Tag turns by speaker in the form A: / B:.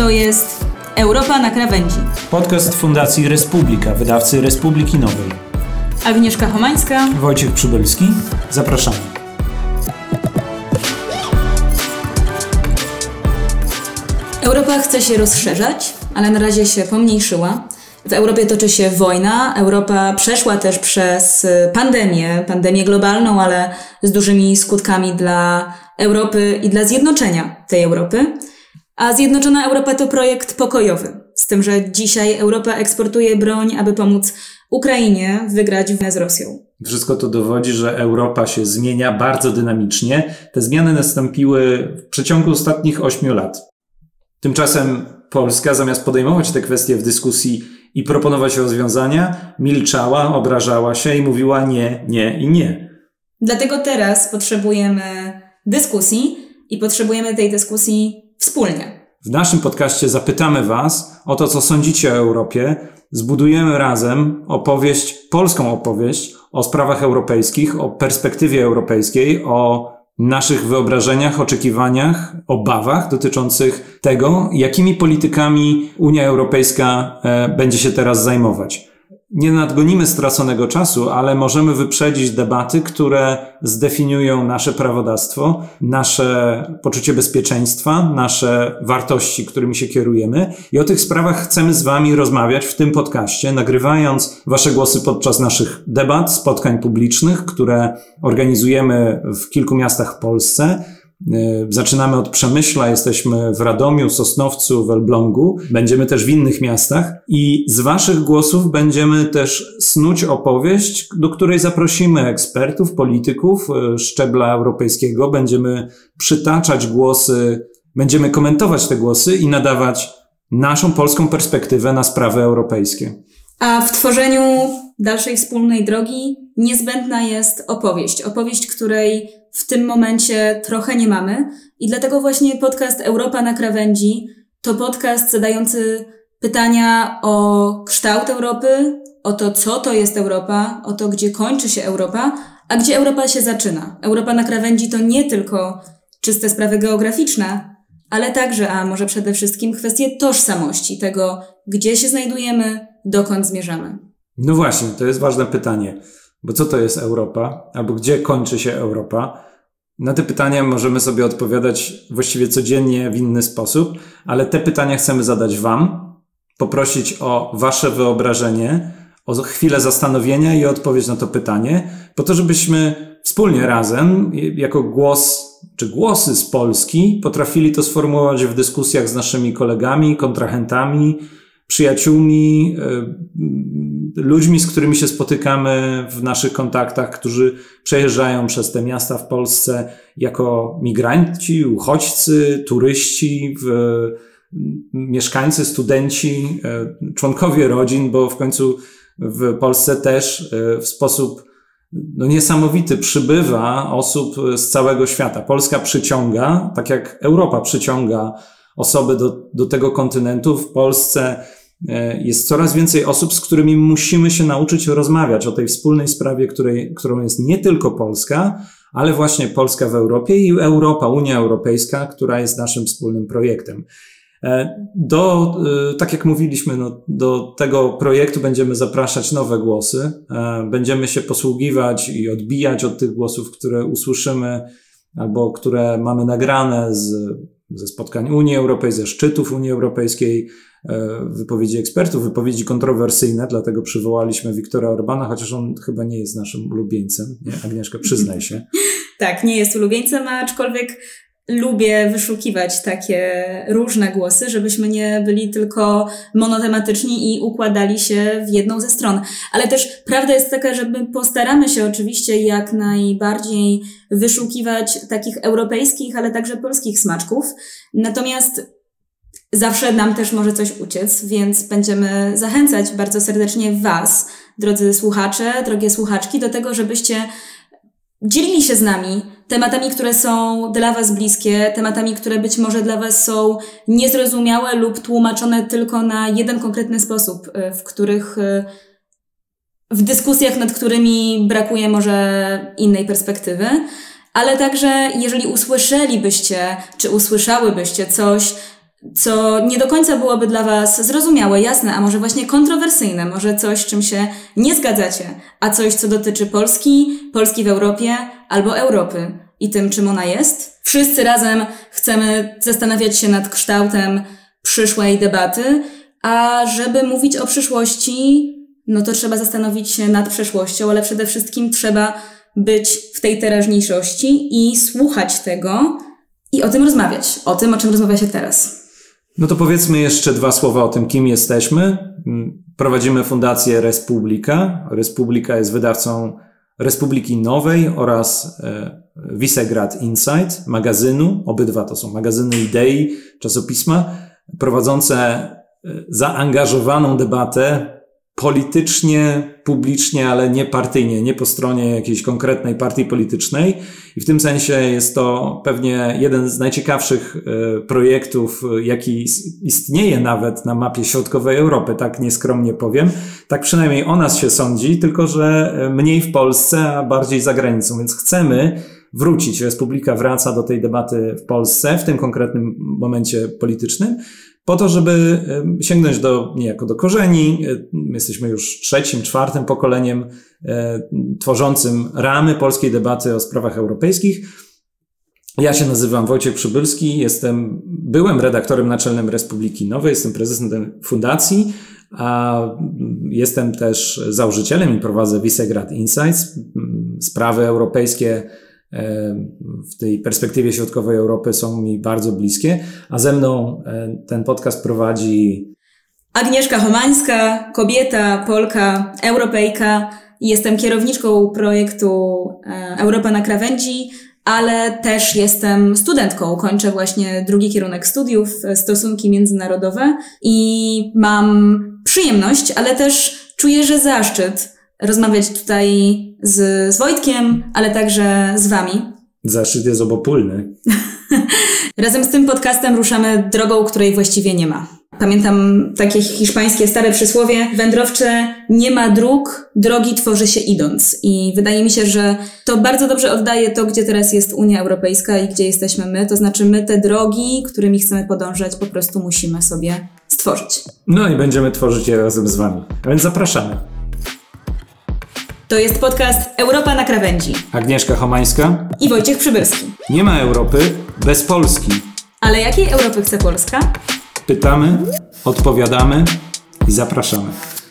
A: To jest Europa na krawędzi.
B: Podcast Fundacji Respublika, wydawcy Republiki Nowej.
A: Agnieszka Homańska.
B: Wojciech Przybylski. Zapraszamy.
A: Europa chce się rozszerzać, ale na razie się pomniejszyła. W Europie toczy się wojna. Europa przeszła też przez pandemię globalną, ale z dużymi skutkami dla Europy i dla zjednoczenia tej Europy. A Zjednoczona Europa to projekt pokojowy. Z tym, że dzisiaj Europa eksportuje broń, aby pomóc Ukrainie wygrać wojnę z Rosją.
B: Wszystko to dowodzi, że Europa się zmienia bardzo dynamicznie. Te zmiany nastąpiły w przeciągu ostatnich 8 lat. Tymczasem Polska, zamiast podejmować te kwestie w dyskusji i proponować rozwiązania, milczała, obrażała się i mówiła nie, nie i nie.
A: Dlatego teraz potrzebujemy dyskusji i potrzebujemy tej dyskusji wspólnie.
B: W naszym podcaście zapytamy Was o to, co sądzicie o Europie. Zbudujemy razem polską opowieść o sprawach europejskich, o perspektywie europejskiej, o naszych wyobrażeniach, oczekiwaniach, obawach dotyczących tego, jakimi politykami Unia Europejska będzie się teraz zajmować. Nie nadgonimy straconego czasu, ale możemy wyprzedzić debaty, które zdefiniują nasze prawodawstwo, nasze poczucie bezpieczeństwa, nasze wartości, którymi się kierujemy. I o tych sprawach chcemy z Wami rozmawiać w tym podcaście, nagrywając Wasze głosy podczas naszych debat, spotkań publicznych, które organizujemy w kilku miastach w Polsce. Zaczynamy od Przemyśla, jesteśmy w Radomiu, Sosnowcu, w Elblągu. Będziemy też w innych miastach i z Waszych głosów będziemy też snuć opowieść, do której zaprosimy ekspertów, polityków szczebla europejskiego. Będziemy przytaczać głosy, będziemy komentować te głosy i nadawać naszą polską perspektywę na sprawy europejskie.
A: A w tworzeniu dalszej wspólnej drogi niezbędna jest opowieść, której w tym momencie trochę nie mamy i dlatego właśnie podcast Europa na krawędzi to podcast zadający pytania o kształt Europy, o to, co to jest Europa, o to, gdzie kończy się Europa, a gdzie Europa się zaczyna. Europa na krawędzi to nie tylko czyste sprawy geograficzne, ale także, a może przede wszystkim kwestie tożsamości, tego, gdzie się znajdujemy, dokąd zmierzamy.
B: No właśnie, to jest ważne pytanie. Bo co to jest Europa? Albo gdzie kończy się Europa? Na te pytania możemy sobie odpowiadać właściwie codziennie w inny sposób, ale te pytania chcemy zadać Wam, poprosić o Wasze wyobrażenie, o chwilę zastanowienia i odpowiedź na to pytanie, po to, żebyśmy wspólnie razem, jako głos czy głosy z Polski, potrafili to sformułować w dyskusjach z naszymi kolegami, kontrahentami, przyjaciółmi, ludźmi, z którymi się spotykamy w naszych kontaktach, którzy przejeżdżają przez te miasta w Polsce jako migranci, uchodźcy, turyści, mieszkańcy, studenci, członkowie rodzin, bo w końcu w Polsce też w sposób niesamowity przybywa osób z całego świata. Polska przyciąga, tak jak Europa przyciąga osoby do tego kontynentu. W Polsce jest coraz więcej osób, z którymi musimy się nauczyć rozmawiać o tej wspólnej sprawie, którą jest nie tylko Polska, ale właśnie Polska w Europie i Europa, Unia Europejska, która jest naszym wspólnym projektem. Tak jak mówiliśmy, do tego projektu będziemy zapraszać nowe głosy. Będziemy się posługiwać i odbijać od tych głosów, które usłyszymy albo które mamy nagrane ze spotkań Unii Europejskiej, ze szczytów Unii Europejskiej, wypowiedzi ekspertów, wypowiedzi kontrowersyjne, dlatego przywołaliśmy Viktora Orbana, chociaż on chyba nie jest naszym ulubieńcem. Nie? Agnieszka, przyznaj się.
A: Tak, nie jest ulubieńcem, aczkolwiek lubię wyszukiwać takie różne głosy, żebyśmy nie byli tylko monotematyczni i układali się w jedną ze stron. Ale też prawda jest taka, że my postaramy się oczywiście jak najbardziej wyszukiwać takich europejskich, ale także polskich smaczków. Natomiast zawsze nam też może coś uciec, więc będziemy zachęcać bardzo serdecznie Was, drodzy słuchacze, drogie słuchaczki, do tego, żebyście dzielili się z nami tematami, które są dla Was bliskie, tematami, które być może dla Was są niezrozumiałe lub tłumaczone tylko na jeden konkretny sposób, w dyskusjach, nad którymi brakuje może innej perspektywy. Ale także, jeżeli usłyszelibyście, czy usłyszałybyście coś co nie do końca byłoby dla was zrozumiałe, jasne, a może właśnie kontrowersyjne, może coś, czym się nie zgadzacie, a coś, co dotyczy Polski w Europie albo Europy i tym, czym ona jest. Wszyscy razem chcemy zastanawiać się nad kształtem przyszłej debaty, a żeby mówić o przyszłości, no to trzeba zastanowić się nad przeszłością, ale przede wszystkim trzeba być w tej teraźniejszości i słuchać tego i o tym rozmawiać, o tym, o czym rozmawia się teraz.
B: No to powiedzmy jeszcze 2 słowa o tym, kim jesteśmy. Prowadzimy Fundację Respublika. Respublika jest wydawcą Republiki Nowej oraz Visegrad Insight, magazynu. Obydwa to są magazyny idei, czasopisma, prowadzące zaangażowaną debatę politycznie, publicznie, ale nie partyjnie, nie po stronie jakiejś konkretnej partii politycznej. I w tym sensie jest to pewnie jeden z najciekawszych projektów, jaki istnieje nawet na mapie środkowej Europy, tak nieskromnie powiem. Tak przynajmniej o nas się sądzi, tylko że mniej w Polsce, a bardziej za granicą. Więc chcemy wrócić. Republika wraca do tej debaty w Polsce, w tym konkretnym momencie politycznym, po to, żeby sięgnąć niejako do korzeni. Jesteśmy już 3., 4. pokoleniem tworzącym ramy polskiej debaty o sprawach europejskich. Ja się nazywam Wojciech Przybylski, byłem redaktorem naczelnym Republiki Nowej, jestem prezydentem fundacji, a jestem też założycielem i prowadzę Visegrad Insights. Sprawy europejskie w tej perspektywie środkowej Europy są mi bardzo bliskie, a ze mną ten podcast prowadzi
A: Agnieszka Chomańska, kobieta, Polka, Europejka. Jestem kierowniczką projektu Europa na krawędzi, ale też jestem studentką. Kończę właśnie 2. kierunek studiów, stosunki międzynarodowe i mam przyjemność, ale też czuję, że zaszczyt rozmawiać tutaj z Wojtkiem, ale także z wami.
B: Zaszczyt jest obopólny.
A: Razem z tym podcastem ruszamy drogą, której właściwie nie ma. Pamiętam takie hiszpańskie stare przysłowie, wędrowcze: nie ma dróg, drogi tworzy się idąc. I wydaje mi się, że to bardzo dobrze oddaje to, gdzie teraz jest Unia Europejska i gdzie jesteśmy my. To znaczy my te drogi, którymi chcemy podążać, po prostu musimy sobie stworzyć.
B: No i będziemy tworzyć je razem z wami. A więc zapraszamy.
A: To jest podcast Europa na krawędzi.
B: Agnieszka Chomańska
A: i Wojciech Przybylski.
B: Nie ma Europy bez Polski.
A: Ale jakiej Europy chce Polska?
B: Pytamy, odpowiadamy i zapraszamy.